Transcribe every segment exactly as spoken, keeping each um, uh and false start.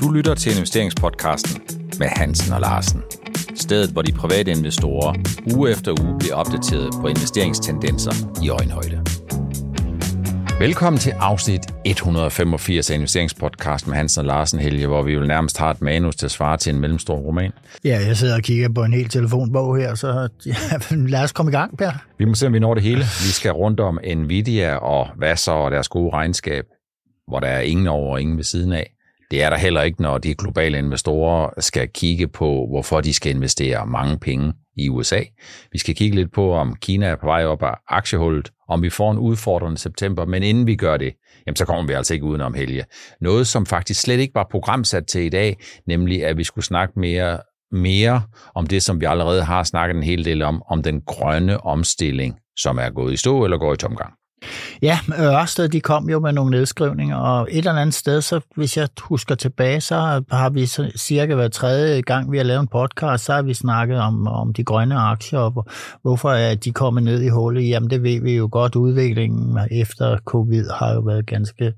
Du lytter til investeringspodcasten med Hansen og Larsen. Stedet, hvor de private investorer uge efter uge bliver opdateret på investeringstendenser i øjenhøjde. Velkommen til afsnit et hundrede og femogfirs af investeringspodcasten med Hansen og Larsen, Helge, hvor vi jo nærmest har et manus til at svare til en mellemstor roman. Ja, jeg sidder og kigger på en hel telefonbog her, så ja, lad os komme i gang, Per. Vi må se, om vi når det hele. Vi skal rundt om Nvidia og hvad så og deres gode regnskab, hvor der er ingen over og ingen ved siden af. Det er der heller ikke, når de globale investorer skal kigge på, hvorfor de skal investere mange penge i U S A. Vi skal kigge lidt på, om Kina er på vej op af aktiehullet, om vi får en udfordrende september, men inden vi gør det, jamen så kommer vi altså ikke udenom, Helge. Noget, som faktisk slet ikke var programsat til i dag, nemlig at vi skulle snakke mere, mere om det, som vi allerede har snakket en hel del om, om den grønne omstilling, som er gået i stå eller går i tomgang. Ja, Ørsted, de kom jo med nogle nedskrivninger, og et eller andet sted, så hvis jeg husker tilbage, så har vi så cirka hver tredje gang, vi har lavet en podcast, så har vi snakket om, om de grønne aktier, og hvorfor er de kommet ned i hullet. Jamen det ved vi jo godt, udviklingen efter covid har jo været ganske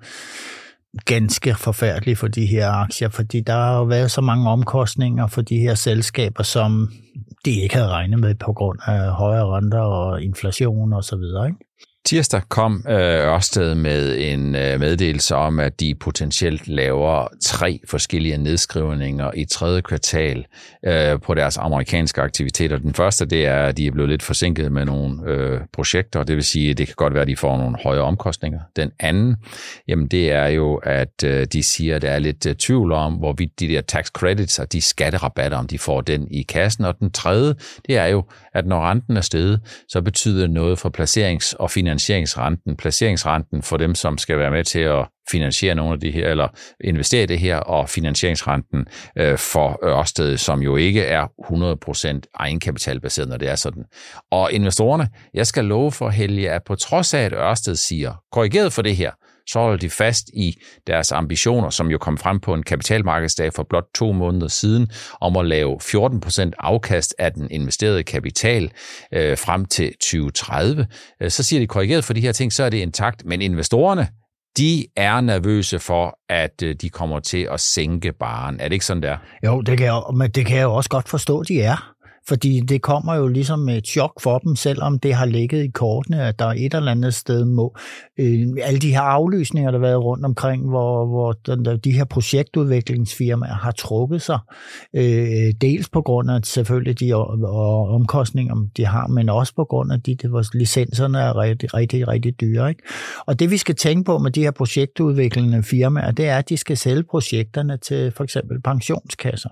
ganske forfærdelig for de her aktier, fordi der har jo været så mange omkostninger for de her selskaber, som de ikke havde regnet med på grund af højere renter og inflation og så videre, ikke? Tirsdag kom øh, Ørsted med en øh, meddelelse om, at de potentielt laver tre forskellige nedskrivninger i tredje kvartal øh, på deres amerikanske aktiviteter. Den første, det er, at de er blevet lidt forsinket med nogle øh, projekter, det vil sige, at det kan godt være, at de får nogle højere omkostninger. Den anden, jamen det er jo, at øh, de siger, at der er lidt øh, tvivl om, hvorvidt de der tax credits og de skatterabatter, om de får den i kassen. Og den tredje, det er jo, at når renten er steget, så betyder det noget for placerings- og finansieringsrenten. Placeringsrenten for dem, som skal være med til at finansiere nogle af de her, eller investere i det her, og finansieringsrenten øh, for Ørsted, som jo ikke er hundrede procent egenkapitalbaseret, når det er sådan. Og investorerne, jeg skal love for, Helge, at på trods af, at Ørsted siger, korrigeret for det her, så holder de fast i deres ambitioner, som jo kom frem på en kapitalmarkedsdag for blot to måneder siden, om at lave fjorten procent afkast af den investerede kapital øh, frem til tyve tredive. Så siger de korrigeret for de her ting, så er det intakt, men investorerne, de er nervøse for, at de kommer til at sænke barren. Er det ikke sådan der? Jo, det kan jeg, men det kan jeg jo også godt forstå, de er. Fordi det kommer jo ligesom med et chok for dem, selvom det har ligget i kortene, at der et eller andet sted må øh, alle de her aflysninger, der har været rundt omkring, hvor, hvor den, de her projektudviklingsfirmaer har trukket sig, øh, dels på grund af selvfølgelig de og omkostninger, de har, men også på grund af de, de vores licenserne er rigtig, rigtig, rigtig dyre. Ikke? Og det vi skal tænke på med de her projektudviklende firmaer, det er, at de skal sælge projekterne til for eksempel pensionskasser.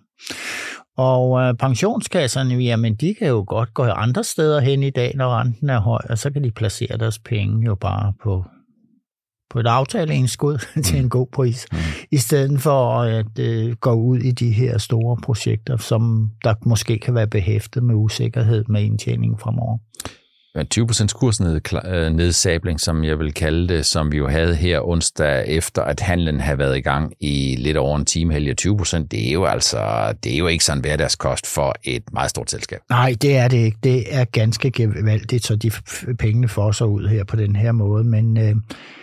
Og øh, pensionskasserne, jamen de kan jo godt gå andre steder hen i dag, når renten er høj, og så kan de placere deres penge jo bare på, på et aftaleindskud til en god pris, mm. i stedet for at øh, gå ud i de her store projekter, som der måske kan være behæftet med usikkerhed med indtjening fremover. tyve procent kursnedsabling, som jeg vil kalde det, som vi jo havde her onsdag efter, at handlen havde været i gang i lidt over en time, Helge. tyve procent, det er jo altså, det er jo ikke sådan hverdagskost for et meget stort selskab. Nej, det er det ikke. Det er ganske gevaldigt, så de pengene får sig ud her på den her måde. Men øh,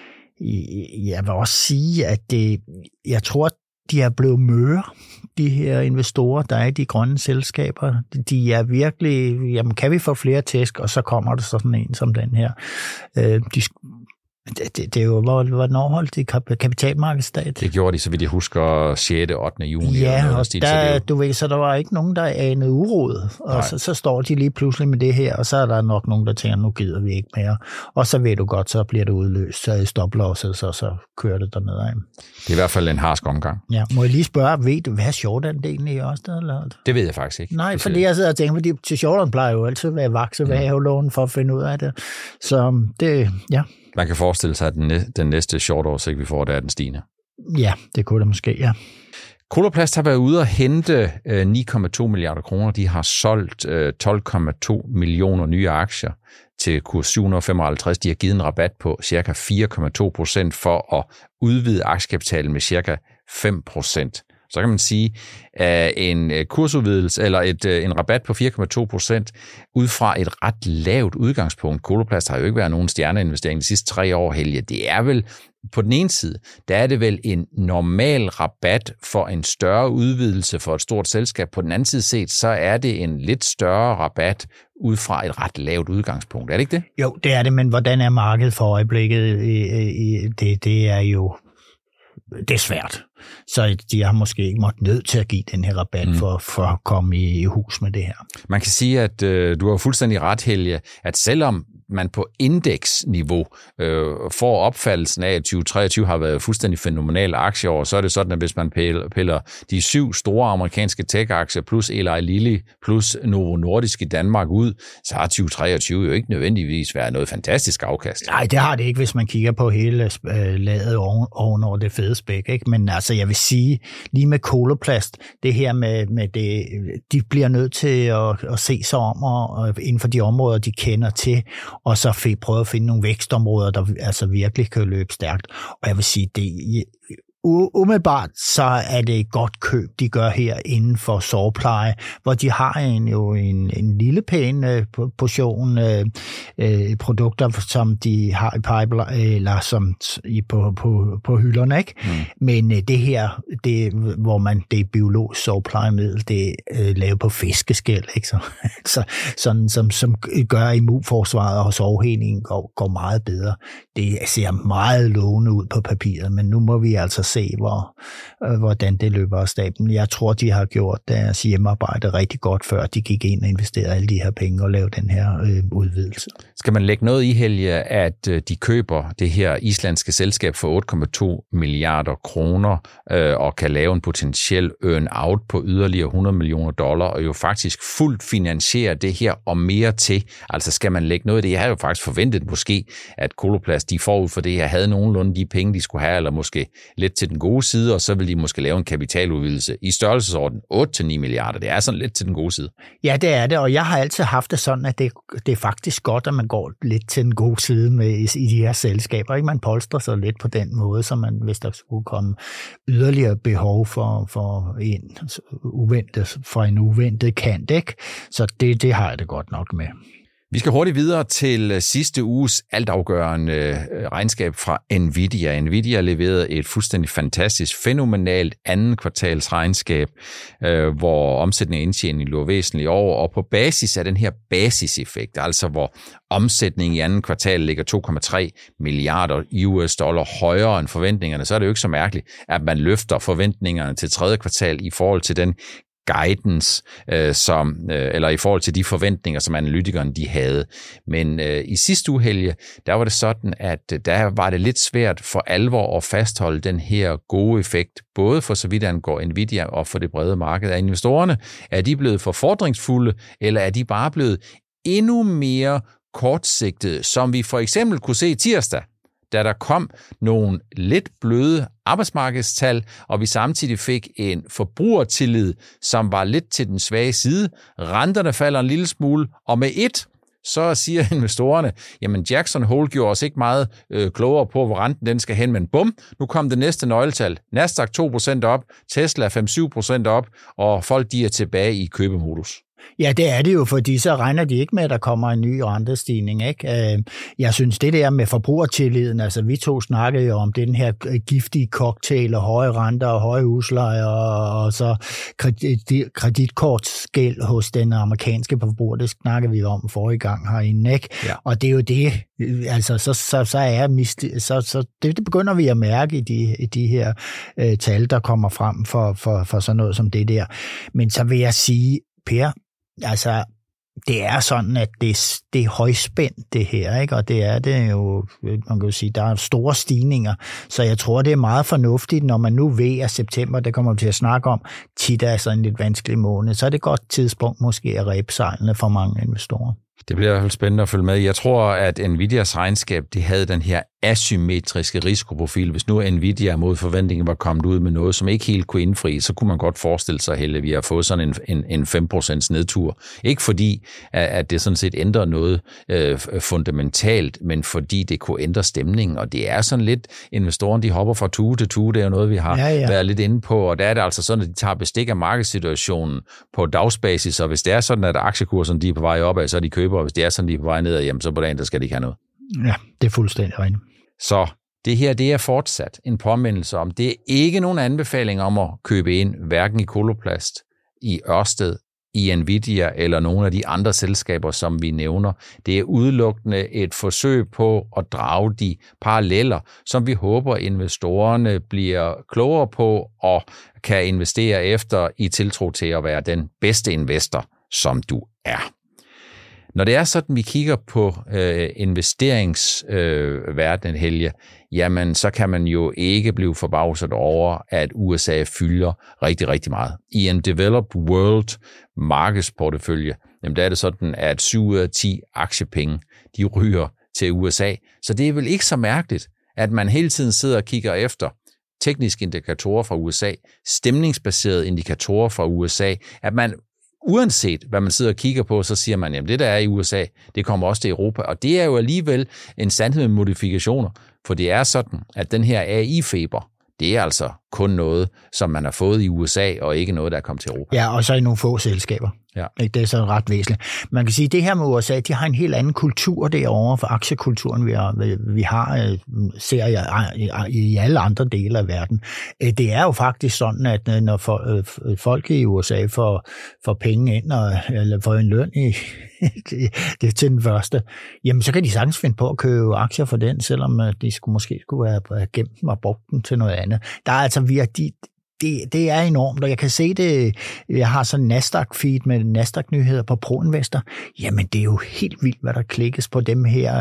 jeg vil også sige, at det, jeg tror, de er blevet møre, de her investorer, der er i de grønne selskaber. De er virkelig, jamen kan vi få flere tæsk, og så kommer der sådan en som den her. De, det, det er jo, hvornår holdt de kapitalmarkedsdag? Det gjorde de, så vidt jeg husker, sjette og ottende juni. Ja, og der, du ved, så der var ikke nogen, der anede urod. Og så, så står de lige pludselig med det her, og så er der nok nogen, der tænker, nu gider vi ikke mere. Og så ved du godt, så bliver det udløst, så stoplosset, så, så kører det dernede af. Det er i hvert fald en harsk omgang. Ja, må jeg lige spørge, ved du, hvad er shortandelen i Ørsted? Eller? Det ved jeg faktisk ikke. Nej, fordi jeg sidder og tænker, fordi til shorteren plejer jo altid at være vakse, hvad jeg har lån for at finde ud af det. Så det, ja. Man kan forestille sig, at den, næ- den næste short-oversigt, vi får, der er den stigende. Ja, det kunne det måske, ja. Coloplast har været ude og hente øh, ni komma to milliarder kroner. De har solgt øh, tolv komma to millioner nye aktier til kurs syv hundrede og femoghalvtreds. De har givet en rabat på ca. fire komma to procent for at udvide aktiekapitalen med ca. fem procent. så kan man sige, at en kursudvidelse eller et, en rabat på fire komma to procent ud fra et ret lavt udgangspunkt. Coloplast har jo ikke været nogen stjerneinvestering de sidste tre år, Helge. Det er vel på den ene side, der er det vel en normal rabat for en større udvidelse for et stort selskab. På den anden side set, så er det en lidt større rabat ud fra et ret lavt udgangspunkt. Er det ikke det? Jo, det er det, men hvordan er markedet for øjeblikket? Det, det er jo det er svært. Så de har måske ikke måttet nødt til at give den her rabat mm. for, for at komme i hus med det her. Man kan sige, at øh, du har fuldstændig ret, Helge, at selvom man på indeksniveau øh, får opfattelsen af, at tyve treogtyve har været fuldstændig fænomenale aktieår, så er det sådan, at hvis man piller de syv store amerikanske tech-aktier plus Eli Lilly plus Novo Nordisk i Danmark ud, så har tyve treogtyve jo ikke nødvendigvis været noget fantastisk afkast. Nej, det har det ikke, hvis man kigger på hele øh, laget oven, oven over det fede spæk, ikke? Men altså, jeg vil sige, lige med Coloplast, det her med, med det, de bliver nødt til at, at se sig om og, og inden for de områder, de kender til, og så prøve at finde nogle vækstområder, der altså virkelig kan løbe stærkt. Og jeg vil sige, det umiddelbart så er det et godt køb, de gør her inden for sårpleje, hvor de har en, jo en, en lille pæn øh, portion øh, øh, produkter, som de har i pipeline, eller som i, på, på, på hylderne, ikke? Mm. Men øh, det her, det, hvor man det er biologisk sårplejemiddel, det er øh, lavet på fiskeskæl, ikke? Så, så, sådan, som, som gør immunforsvaret og sårheningen går, går meget bedre. Det ser meget lovende ud på papiret, men nu må vi altså se, hvor, øh, hvordan det løber af stablen. Jeg tror, de har gjort deres hjemmearbejde rigtig godt, før de gik ind og investerede alle de her penge og lavede den her øh, udvidelse. Skal man lægge noget i, Helge, at øh, de køber det her islandske selskab for otte komma to milliarder kroner øh, og kan lave en potentiel earn-out på yderligere hundrede millioner dollar og jo faktisk fuldt finansiere det her og mere til. Altså skal man lægge noget i det? Jeg havde jo faktisk forventet måske, at Coloplast, de forud for det her, havde nogenlunde de penge, de skulle have, eller måske lidt til den gode side, og så vil de måske lave en kapitaludvidelse i størrelsesorden otte til ni milliarder. Det er sådan lidt til den gode side. Ja, det er det, og jeg har altid haft det sådan, at det, det er faktisk godt, at man går lidt til den gode side med, i, i de her selskaber. Ikke? Man polstrer sig lidt på den måde, så man, hvis der skulle komme yderligere behov for, for en uventet, for en uventet kant, ikke? Så det, det har jeg det godt nok med. Vi skal hurtigt videre til sidste uges altafgørende regnskab fra Nvidia. Nvidia leverede et fuldstændig fantastisk, fænomenalt anden kvartals regnskab, hvor omsætning og indtjening lå væsentligt over, og på basis af den her basiseffekt, altså hvor omsætningen i anden kvartal ligger to komma tre milliarder U S dollar højere end forventningerne, så er det jo ikke så mærkeligt, at man løfter forventningerne til tredje kvartal i forhold til den guidance, øh, som, øh, eller i forhold til de forventninger, som analytikerne de havde. Men øh, i sidste uge, Helge, der var det sådan, at øh, der var det lidt svært for alvor at fastholde den her gode effekt, både for så vidt angår Nvidia og for det brede marked af investorerne. Er de blevet for fordringsfulde, eller er de bare blevet endnu mere kortsigtede, som vi for eksempel kunne se tirsdag, da der kom nogle lidt bløde arbejdsmarkedstal, og vi samtidig fik en forbrugertillid, som var lidt til den svage side. Renterne falder en lille smule, og med et, så siger investorerne, jamen Jackson Hole gjorde os ikke meget øh, klogere på, hvor renten den skal hen, men bum, nu kom det næste nøgletal. Nasdaq to procent op, Tesla fem til syv procent op, og folk de er tilbage i købemodus. Ja, det er det jo, fordi så regner de ikke med, at der kommer en ny rentestigning, ikke? Jeg synes, det der med forbrugertilliden, altså vi to snakkede jo om den her giftige cocktail og høje renter og høje huslejer og så kreditkortsgæld hos den amerikanske forbruger, det snakkede vi om forrige gang herinde, ikke? Ja. Og det er jo det, altså så, så, så er mist, så, så det, det begynder vi at mærke i de, i de her øh, tal, der kommer frem for, for, for sådan noget som det der. Men så vil jeg sige, Per, altså, det er sådan, at det, det er højspændt, det her, ikke? Og det er det jo, man kan jo sige, der er store stigninger. Så jeg tror, det er meget fornuftigt, når man nu ved, at september, det kommer vi til at snakke om, tit er sådan en lidt vanskelig måned, så er det et godt tidspunkt måske at ræbe sejlene for mange investorer. Det bliver i hvert fald spændende at følge med. Jeg tror, at Nvidias regnskab, det havde den her asymmetriske risikoprofil. Hvis nu Nvidia mod forventningen var kommet ud med noget, som ikke helt kunne indfri, så kunne man godt forestille sig, at vi har fået sådan en, en, en fem procent nedtur. Ikke fordi, at det sådan set ændrer noget øh, fundamentalt, men fordi det kunne ændre stemningen. Og det er sådan lidt, investorerne de hopper fra tue til tue, det er jo noget, vi har ja, ja. været lidt inde på, og der er det altså sådan, at de tager bestik af markedssituationen på dagsbasis, og hvis det er sådan, at aktiekursen de er på vej opad, så er de køber, og hvis det er sådan, de er på vej nedad, jamen så på dagen, der skal de ikke have noget. Ja, det er fuldstændig rigtigt. Så det her, det er fortsat en påmindelse om, det er ikke nogen anbefaling om at købe ind, hverken i Coloplast, i Ørsted, i Nvidia eller nogle af de andre selskaber, som vi nævner. Det er udelukkende et forsøg på at drage de paralleller, som vi håber, investorerne bliver klogere på og kan investere efter i tiltro til at være den bedste investor, som du er. Når det er sådan, vi kigger på øh, investeringsverdenen, øh, Helge, jamen så kan man jo ikke blive forbavset over, at U S A fylder rigtig, rigtig meget. I en developed world markedsportefølje, jamen der er det sådan, at syv ud af ti aktiepenge, de ryger til U S A. Så det er vel ikke så mærkeligt, at man hele tiden sidder og kigger efter tekniske indikatorer fra U S A, stemningsbaserede indikatorer fra U S A, at man uanset hvad man sidder og kigger på, så siger man, jamen det der er i U S A, det kommer også til Europa. Og det er jo alligevel en sandhed med modifikationer, for det er sådan, at den her A I-feber, det er altså kun noget, som man har fået i U S A, og ikke noget, der er kommet til Europa. Ja, og så i nogle få selskaber. Ja. Det er så ret væsentligt. Man kan sige, at det her med U S A, de har en helt anden kultur derovre for aktiekulturen, vi har, vi har ser i alle andre dele af verden. Det er jo faktisk sådan, at når folk i U S A får, får penge ind, og, eller får en løn i, det til den første, jamen så kan de sagtens finde på at købe aktier for den, selvom de skulle, måske skulle have gemt dem og brugt dem til noget andet. Der er altså virkelig Det, det er enormt, og jeg kan se det, jeg har sådan en Nasdaq-feed med Nasdaq-nyheder på ProInvestor. Jamen, det er jo helt vildt, hvad der klikkes på dem her.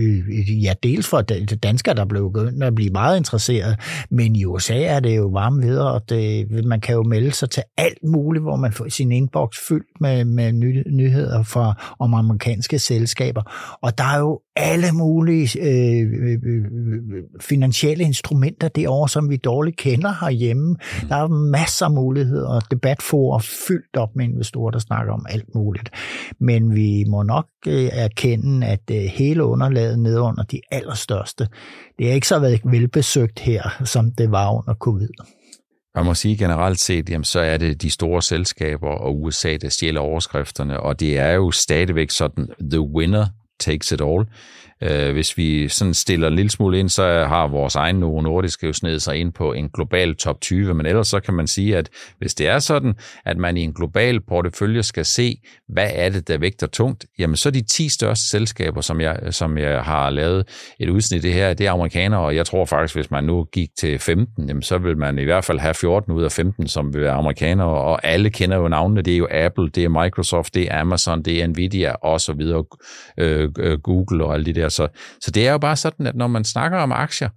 Ja, dels for det danskere, der blev begyndt at blive meget interesseret, men i U S A er det jo varme videre, og det, man kan jo melde sig til alt muligt, hvor man får sin inbox fyldt med, med ny, nyheder fra, om amerikanske selskaber. Og der er jo alle mulige øh, øh, finansielle instrumenter derovre, som vi dårligt kender herhjemme. Der er masser af muligheder, og debatforer fyldt op med investorer, der snakker om alt muligt. Men vi må nok øh, erkende, at øh, hele underlaget nede under de allerstørste, det er ikke så været velbesøgt her, som det var under covid. Man må sige generelt set, jamen, så er det de store selskaber og U S A, der stjæler overskrifterne, og det er jo stadigvæk sådan, the winner takes it all. Hvis vi sådan stiller en lille smule ind, så har vores egen Novo Nordisk jo snedet sig ind på en global top tyve, men ellers så kan man sige, at hvis det er sådan, at man i en global portefølje skal se, hvad er det, der vægter tungt, jamen så de ti største selskaber, som jeg, som jeg har lavet et udsnit af det her, det er amerikanere, og jeg tror faktisk, hvis man nu gik til femten, jamen så vil man i hvert fald have fjorten ud af femten, som vil være amerikanere, og alle kender jo navnene, det er jo Apple, det er Microsoft, det er Amazon, det er Nvidia, og så videre, øh, Google og alle de der. Så, så det er jo bare sådan, at når man snakker om aktier,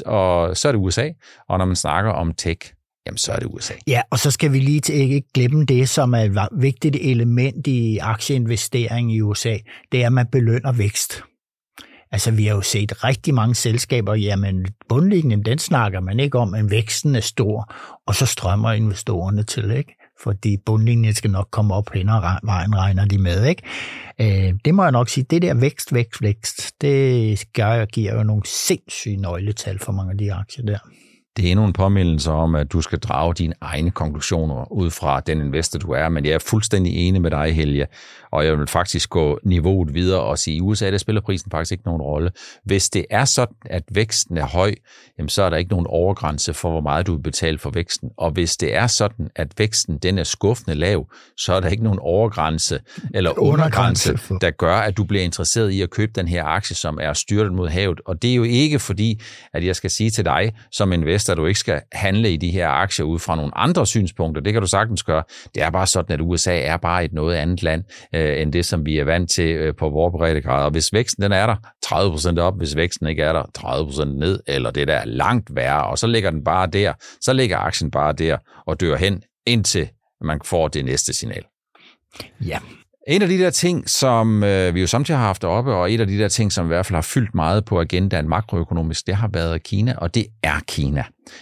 og så er det U S A, og når man snakker om tech, jamen så er det U S A. Ja, og så skal vi lige til, ikke glemme det, som er et vigtigt element i aktieinvestering i U S A, det er, at man belønner vækst. Altså, vi har jo set rigtig mange selskaber, jamen bundlinjen, den snakker man ikke om, men væksten er stor, og så strømmer investorerne til, ikke? Fordi bundlinjen skal nok komme op hen og vejen, regner de med, ikke? Øh, det må jeg nok sige, det der vækst, vækst, vækst, det gør, giver jo nogle sindssyge nøgletal for mange af de aktier der. Det er endnu en påmindelse om, at du skal drage dine egne konklusioner ud fra den investor, du er, men jeg er fuldstændig enig med dig, Helge, og jeg vil faktisk gå niveauet videre og sige, at i U S A, der spiller prisen faktisk ikke nogen rolle. Hvis det er sådan, at væksten er høj, jamen, så er der ikke nogen overgrænse for, hvor meget du vil betale for væksten, og hvis det er sådan, at væksten den er skuffende lav, så er der ikke nogen overgrænse eller undergrænse, der gør, at du bliver interesseret i at købe den her aktie, som er styrtet mod havet, og det er jo ikke fordi, at jeg skal sige til dig som investor, at du ikke skal handle i de her aktier ud fra nogle andre synspunkter. Det kan du sagtens gøre. Det er bare sådan, at U S A er bare et noget andet land, øh, end det, som vi er vant til øh, på vores breddegrad. Og hvis væksten den er der tredive procent op, hvis væksten ikke er der tredive procent ned, eller det der er langt værre, og så ligger den bare der, så ligger aktien bare der og dør hen, indtil man får det næste signal. Ja. En af de der ting, som øh, vi jo samtidig har haft oppe, og et af de der ting, som i hvert fald har fyldt meget på agendaen makroøkonomisk, det har været Kina, og det er Kina.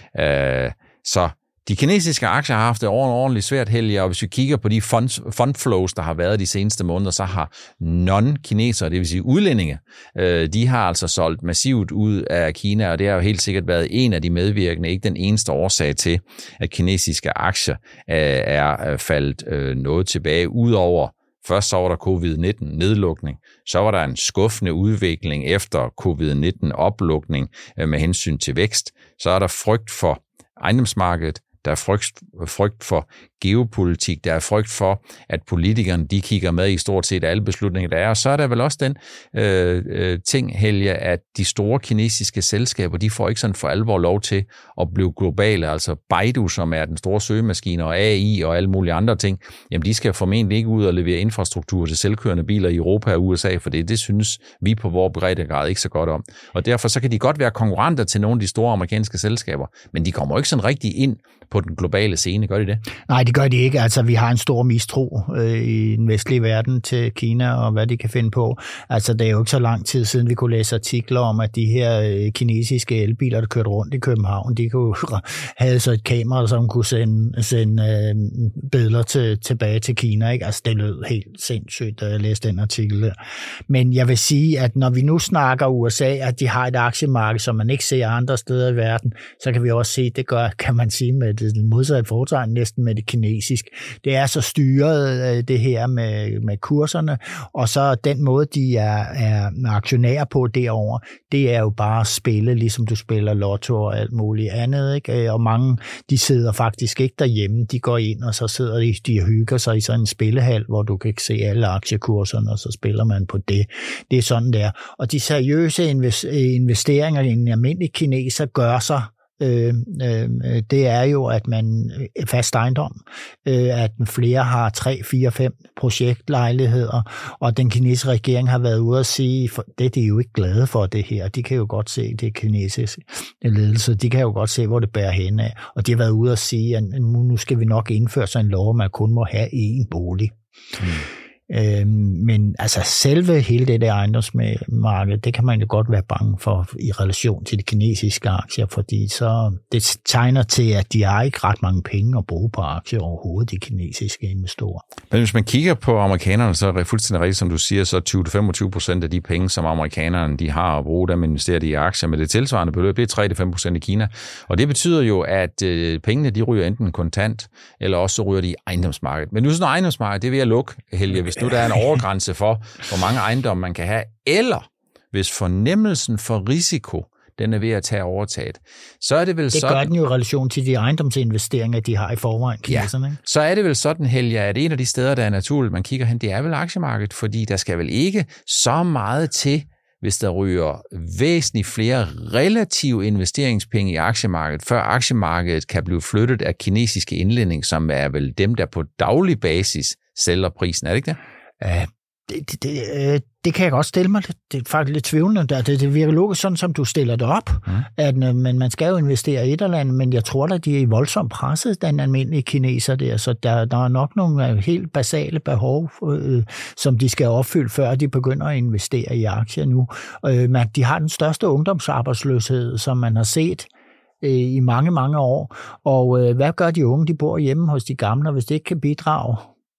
Øh, så de kinesiske aktier har haft det ordentligt svært, Helge, og hvis vi kigger på de fund, fund flows, der har været de seneste måneder, så har non-kinesere, det vil sige udlændinge, øh, de har altså solgt massivt ud af Kina, og det har jo helt sikkert været en af de medvirkende, ikke den eneste årsag til, at kinesiske aktier øh, er faldet øh, noget tilbage, udover først så var der covid nitten nedlukning, så var der en skuffende udvikling efter covid nitten oplukning øh, med hensyn til vækst, så er der frygt for ejendomsmarkedet, der er frygt, frygt for geopolitik, der er frygt for, at politikerne de kigger med i stort set alle beslutninger, der er. Og så er der vel også den øh, øh, ting, Helge, at de store kinesiske selskaber, de får ikke sådan for alvor lov til at blive globale. Altså Baidu, som er den store søgemaskine, og A I og alle mulige andre ting, jamen de skal formentlig ikke ud og levere infrastruktur til selvkørende biler i Europa og U S A, for det, det synes vi på vores breddegrad ikke så godt om. Og derfor så kan de godt være konkurrenter til nogle af de store amerikanske selskaber, men de kommer ikke sådan rigtig ind på den globale scene, gør de det? Nej, det gør de ikke. Altså, vi har en stor mistro øh, i den vestlige verden til Kina og hvad de kan finde på. Altså, det er jo ikke så lang tid siden, vi kunne læse artikler om, at de her øh, kinesiske elbiler, der kørte rundt i København, de kunne have så et kamera, som kunne sende, sende øh, billeder til, tilbage til Kina. Ikke? Altså, det lød helt sindssygt, da jeg læste den artikel der. Men jeg vil sige, at når vi nu snakker U S A, at de har et aktiemarked, som man ikke ser andre steder i verden, så kan vi også se, det gør, kan man sige, med det modsatte foretegn næsten med det kinesisk. Det er så styret, det her med, med kurserne, og så den måde, de er, er aktionærer på derovre, det er jo bare at spille, ligesom du spiller lotto og alt muligt andet, ikke? Og mange, de sidder faktisk ikke derhjemme, de går ind, og så sidder de, de hygger sig i sådan en spillehal, hvor du kan se alle aktiekurserne, og så spiller man på det. Det er sådan der. Og de seriøse investeringer i en almindelig kineser gør sig Øh, øh, det er jo, at man fast ejendom, øh, at flere har tre, fire, fem projektlejligheder, og den kinesiske regering har været ude at sige, for det er de jo ikke glade for det her. De kan jo godt se, det kinesiske ledelse, de kan jo godt se, hvor det bærer hen af, og de har været ude at sige, at nu skal vi nok indføre sådan en lov, at man kun må have én bolig. Mm. Øh, men altså selve hele det der ejendomsmarked, det kan man jo godt være bange for i relation til de kinesiske aktier, fordi så det tegner til, at de har ikke ret mange penge at bruge på aktier overhovedet, de kinesiske investorer. Men hvis man kigger på amerikanerne, så er det fuldstændig rigtigt, som du siger, så tyve til femogtyve procent af de penge, som amerikanerne de har at bruge, dem investerer de i aktier, med det tilsvarende beløb, det er tre til fem procent i Kina. Og det betyder jo, at øh, pengene de ryger enten kontant, eller også så ryger de i ejendomsmarkedet. Men nu sådan et ejendomsmarked, det er ved at lukke, Helge, hvis nu der er en overgrænse for, hvor mange ejendomme man kan have, eller hvis fornemmelsen for risiko, den er ved at tage overtaget, så er det vel det sådan... Det gør den jo i relation til de ejendomsinvesteringer, de har i forvejen, kineserne. Ja, så er det vel sådan, Helge, at en af de steder, der er naturligt, man kigger hen, det er vel aktiemarkedet, fordi der skal vel ikke så meget til, hvis der ryger væsentligt flere relative investeringspenge i aktiemarkedet, før aktiemarkedet kan blive flyttet af kinesiske indlænding, som er vel dem, der på daglig basis sælger prisen. Er det ikke det? Ja, det, det, det, det kan jeg godt stille mig. Det er faktisk lidt tvivlende. Det, det virker logisk sådan, som du stiller det op. Mm. At, men man skal jo investere i et eller andet, men jeg tror da, de er voldsomt presset, den almindelige kineser der. Så der, der er nok nogle helt basale behov, øh, som de skal opfylde, før de begynder at investere i aktier nu. Øh, men de har den største ungdomsarbejdsløshed, som man har set i mange, mange år. Og øh, hvad gør de unge? De bor hjemme hos de gamle, og hvis det ikke kan bidrage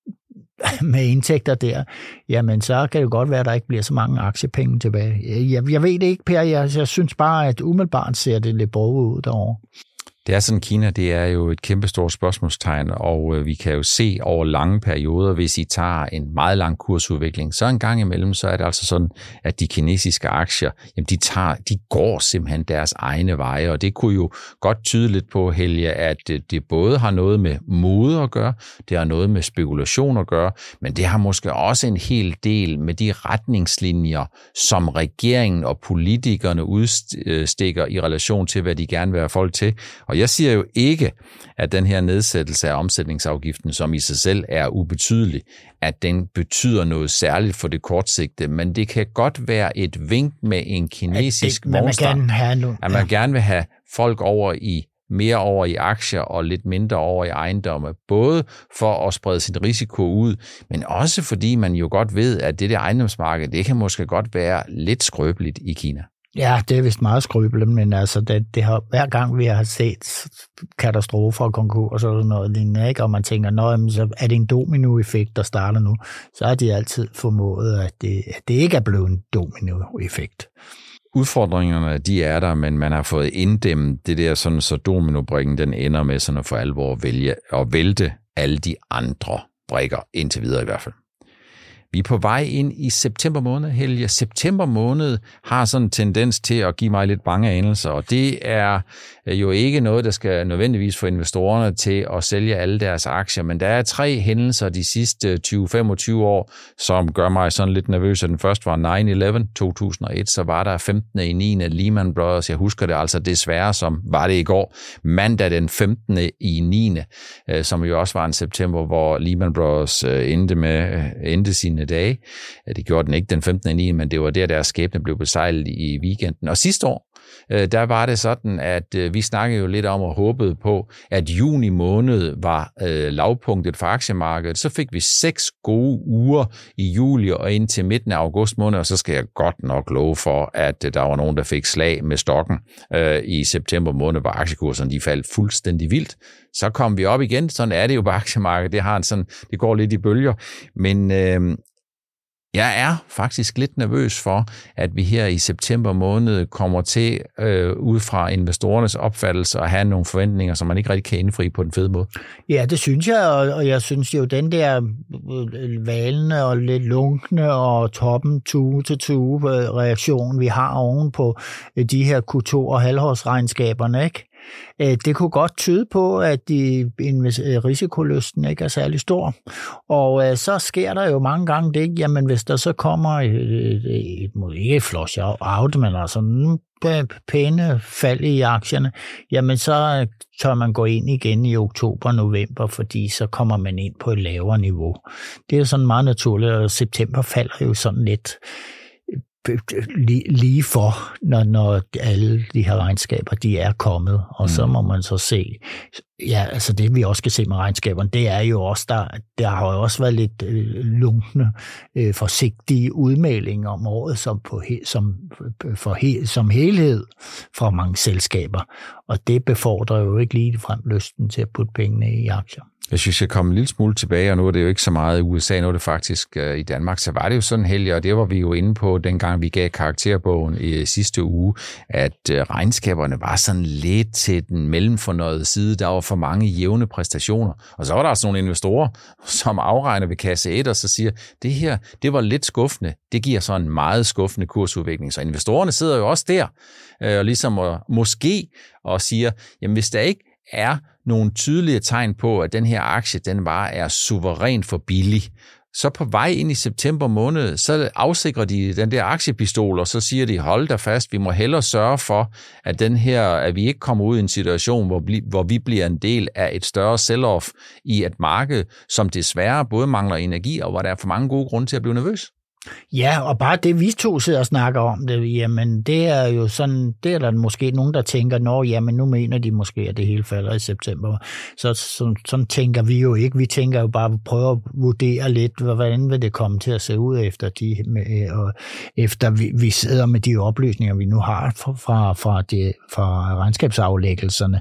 med indtægter der, jamen så kan det godt være, at der ikke bliver så mange aktiepenge tilbage. Jeg, jeg ved det ikke, Per. Jeg, jeg synes bare, at umiddelbart ser det lidt broget ud derovre. Det er sådan, Kina, det er jo et kæmpestort spørgsmålstegn, og vi kan jo se over lange perioder, hvis I tager en meget lang kursudvikling, så en gang imellem, så er det altså sådan, at de kinesiske aktier, jamen de, tager, de går simpelthen deres egne veje, og det kunne jo godt tyde lidt på, Helge, at det både har noget med mode at gøre, det har noget med spekulation at gøre, men det har måske også en hel del med de retningslinjer, som regeringen og politikerne udstikker i relation til, hvad de gerne vil have folk til. Og jeg siger jo ikke, at den her nedsættelse af omsætningsafgiften, som i sig selv er ubetydelig, at den betyder noget særligt for det kortsigtede, men det kan godt være et vink med en kinesisk vognstang, at man gerne vil have, at man gerne vil have folk over i mere over i aktier og lidt mindre over i ejendomme, både for at sprede sin risiko ud, men også fordi man jo godt ved, at det der ejendomsmarked, det kan måske godt være lidt skrøbeligt i Kina. Ja, det er vist meget skrøbeligt, men altså det, det har, hver gang vi har set katastrofer og konkurs og sådan noget lignende, ikke? Og man tænker, nå, så er det en dominoeffekt, der starter nu, så er de altid formået, at det, at det ikke er blevet en dominoeffekt. Udfordringerne, de er der, men man har fået inddæmmet det der, sådan så dominobrikken, den ender med sådan at for alvor vælge og vælte alle de andre brikker, indtil videre i hvert fald. Vi er på vej ind i september måned, Helge. September måned har sådan en tendens til at give mig lidt bange anelser, og det er jo ikke noget, der skal nødvendigvis få investorerne til at sælge alle deres aktier, men der er tre hændelser de sidste tyve til femogtyve år, som gør mig sådan lidt nervøs. Den første var nine eleven to tusind og et, så var der femtende i niende Lehman Brothers. Jeg husker det altså desværre, som var det i går. Mandag den femtende i niende, som jo også var en september, hvor Lehman Brothers endte med endte sine dage. Det gjorde den ikke den femtende i niende, men det var der, deres skæbne blev besejlet i weekenden. Og sidste år, der var det sådan, at vi snakkede jo lidt om og håbede på, at juni måned var lavpunktet for aktiemarkedet. Så fik vi seks gode uger i juli og ind til midten af august måned, og så skal jeg godt nok love for, at der var nogen, der fik slag med stokken i september måned, hvor aktiekurserne de faldt fuldstændig vildt. Så kom vi op igen. Sådan er det jo på aktiemarkedet. Det har en sådan, det går lidt i bølger, men øh, jeg er faktisk lidt nervøs for, at vi her i september måned kommer til, øh, ud fra investorernes opfattelse, at have nogle forventninger, som man ikke rigtig kan indfri på den fede måde. Ja, det synes jeg, og jeg synes jo, den der valende og lidt lunkne og toppen tue til tue reaktion, vi har oven på de her Q to og halvårsregnskaberne, ikke? Det kunne godt tyde på, at de risikolysten ikke er særlig stor. Og så sker der jo mange gange det, jamen hvis der så kommer et, et, et ikke flush out, men altså en pæne fald i aktierne, jamen så tør man gå ind igen i oktober og november, fordi så kommer man ind på et lavere niveau. Det er jo sådan meget naturligt, og september falder jo sådan lidt lige for, når, når alle de her regnskaber, de er kommet, og så må man så se, ja, altså det vi også skal se med regnskaberne, det er jo også, der, der har jo også været lidt øh, lunkne, øh, forsigtige udmeldinger om året, som, på, som, for he, som helhed fra mange selskaber, og det befordrer jo ikke lige frem lysten til at putte pengene i aktier. Jeg synes, jeg kom en lille smule tilbage, og nu er det jo ikke så meget i U S A, nu er det faktisk uh, i Danmark, så var det jo sådan, Helge, og det var vi jo inde på, dengang vi gav karakterbogen i sidste uge, at uh, regnskaberne var sådan lidt til den mellemfornøjede side, der var for mange jævne præstationer, og så var der altså nogle investorer, som afregner ved kasse et, og så siger, det her, det var lidt skuffende, det giver så en meget skuffende kursudvikling, så investorerne sidder jo også der, uh, og ligesom uh, måske, og siger, jamen hvis der ikke er nogle tydelige tegn på, at den her aktie, den bare er suverænt for billig. Så på vej ind i september måned, så afsikrer de den der aktiepistol, og så siger de, hold da fast, vi må hellere sørge for, at den her, at vi ikke kommer ud i en situation, hvor, vi, hvor vi bliver en del af et større sell-off i et marked, som desværre både mangler energi, og hvor der er for mange gode grunde til at blive nervøs. Ja, og bare det, vi to sidder og snakker om det, jamen det er jo sådan, det er der måske nogen, der tænker, nå, jamen nu mener de måske, at det hele falder i september. Så sådan, sådan tænker vi jo ikke. Vi tænker jo bare, prøve at vurdere lidt, hvordan vil det komme til at se ud efter de, med, og efter vi, vi sidder med de oplysninger, vi nu har fra, fra, de, fra regnskabsaflæggelserne.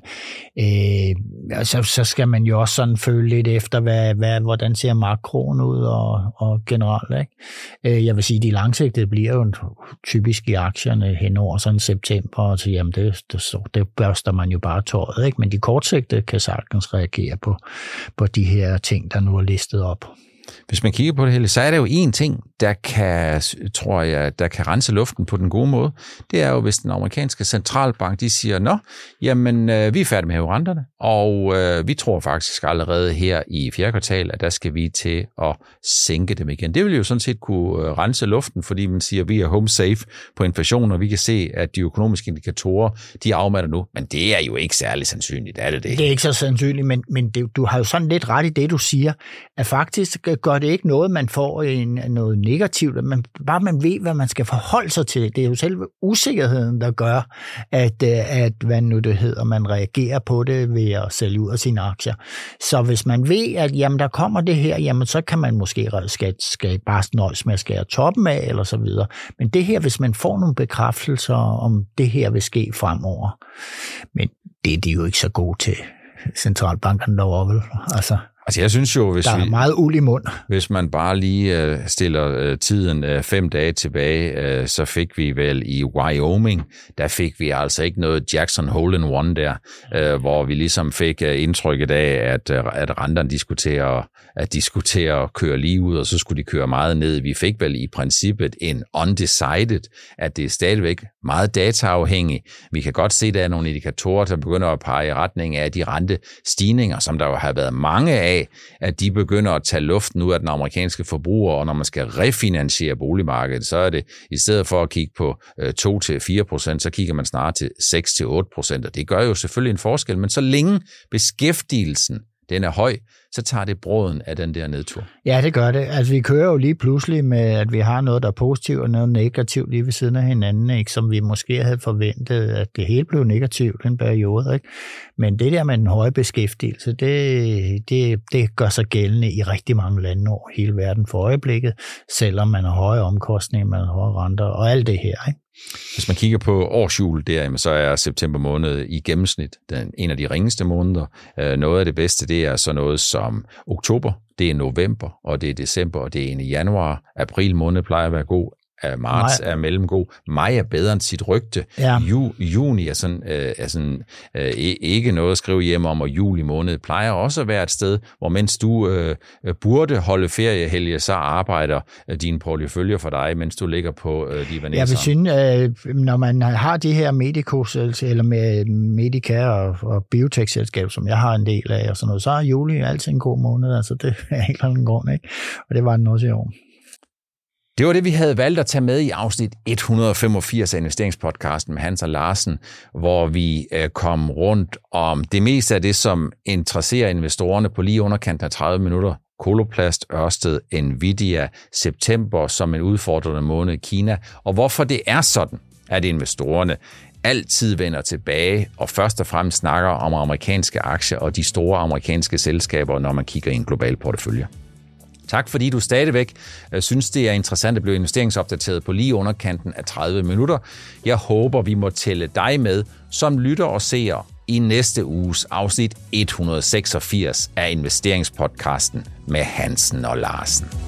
Øh, så, så skal man jo også sådan føle lidt efter, hvad, hvad, hvordan ser makroen ud og, og generelt, ikke? Jeg vil sige, at de langsigtede bliver jo typisk i aktierne hen over sådan september, og så jamen det, det, det børster man jo bare tøjet, ikke? Men de kortsigtede kan sagtens reagere på, på de her ting, der nu er listet op. Hvis man kigger på det hele, så er der jo én ting, der kan, tror jeg, der kan rense luften på den gode måde. Det er jo, hvis den amerikanske centralbank, de siger, nå, jamen, øh, vi er færdige med at hæve renterne, og øh, vi tror faktisk allerede her i fjerde kvartal, at der skal vi til at sænke dem igen. Det vil jo sådan set kunne rense luften, fordi man siger, at vi er home safe på inflation, og vi kan se, at de økonomiske indikatorer, de afmatter nu, men det er jo ikke særlig sandsynligt, er det det? Det er ikke så sandsynligt, men, men det, du har jo sådan lidt ret i det, du siger, at faktisk gør det ikke noget, man får en, noget negativt, men bare man ved, hvad man skal forholde sig til. Det er jo selve usikkerheden, der gør, at, at hvad nu det hedder, man reagerer på det ved at sælge ud af sine aktier. Så hvis man ved, at jamen, der kommer det her, jamen, så kan man måske skal, skal bare nøjes med at skære toppen af, eller så videre. Men det her, hvis man får nogle bekræftelser om det her vil ske fremover, men det er de jo ikke så gode til, centralbankerne derovre, vel? Altså, altså jeg synes jo, hvis der er vi, meget uld i mund. Hvis man bare lige uh, stiller uh, tiden uh, fem dage tilbage, uh, så fik vi vel i Wyoming, der fik vi altså ikke noget Jackson Hole in One der, uh, hvor vi ligesom fik uh, indtrykket af, at, uh, at renterne diskuterer at diskutere at køre lige ud, og så skulle de køre meget ned. Vi fik vel i princippet en undecided, at det er stadigvæk meget dataafhængigt. Vi kan godt se, at der er nogle indikatorer, der begynder at pege i retning af de rentestigninger, som der jo har været mange af, at de begynder at tage luften ud af den amerikanske forbruger, og når man skal refinansiere boligmarkedet, så er det i stedet for at kigge på to til fire procent, så kigger man snart til seks til otte procent, og det gør jo selvfølgelig en forskel, men så længe beskæftigelsen den er høj, så tager det bråden af den der nedtur. Ja, det gør det. Altså, vi kører jo lige pludselig med, at vi har noget, der er positivt, og noget negativt lige ved siden af hinanden, ikke? Som vi måske havde forventet, at det hele blev negativt en periode. Ikke? Men det der med den høje beskæftigelse, det, det, det gør sig gældende i rigtig mange lande over hele verden for øjeblikket, selvom man har høje omkostninger, man har høje renter og alt det her, ikke? Hvis man kigger på årshjul der, så er september måned i gennemsnit den, en af de ringeste måneder. Noget af det bedste, det er så noget som oktober, det er november, og det er december, og det er en i januar. April måned plejer at være god. Marts Maj. er mellemgod. Maj er bedre end sit rygte. Ja. Ju, juni er sådan, øh, er sådan øh, ikke noget at skrive hjem om, og juli måned plejer også at være et sted, hvor mens du øh, burde holde feriehelge, så arbejder øh, dine porteføljer for dig, mens du ligger på øh, de vaneser. Jeg vil synes, øh, når man har de her medicos, eller med Medica og, og biotech-selskab, som jeg har en del af, og sådan noget, så er juli altid en god måned. Altså det er helt anden grund, ikke? Og det var den også i år. Det var det, vi havde valgt at tage med i afsnit et hundrede og femogfirs af investeringspodcasten med Hans og Larsen, hvor vi kom rundt om det meste af det, som interesserer investorerne på lige underkanten af tredive minutter. Coloplast, Ørsted, Nvidia, september som en udfordrende måned i Kina. Og hvorfor det er sådan, at investorerne altid vender tilbage og først og fremmest snakker om amerikanske aktier og de store amerikanske selskaber, når man kigger i en global portefølje. Tak fordi du stadigvæk synes, det er interessant at blive investeringsopdateret på lige underkanten af tredive minutter. Jeg håber, vi må tælle dig med som lytter og seer i næste uges afsnit et hundrede og seksogfirs af investeringspodcasten med Hansen og Larsen.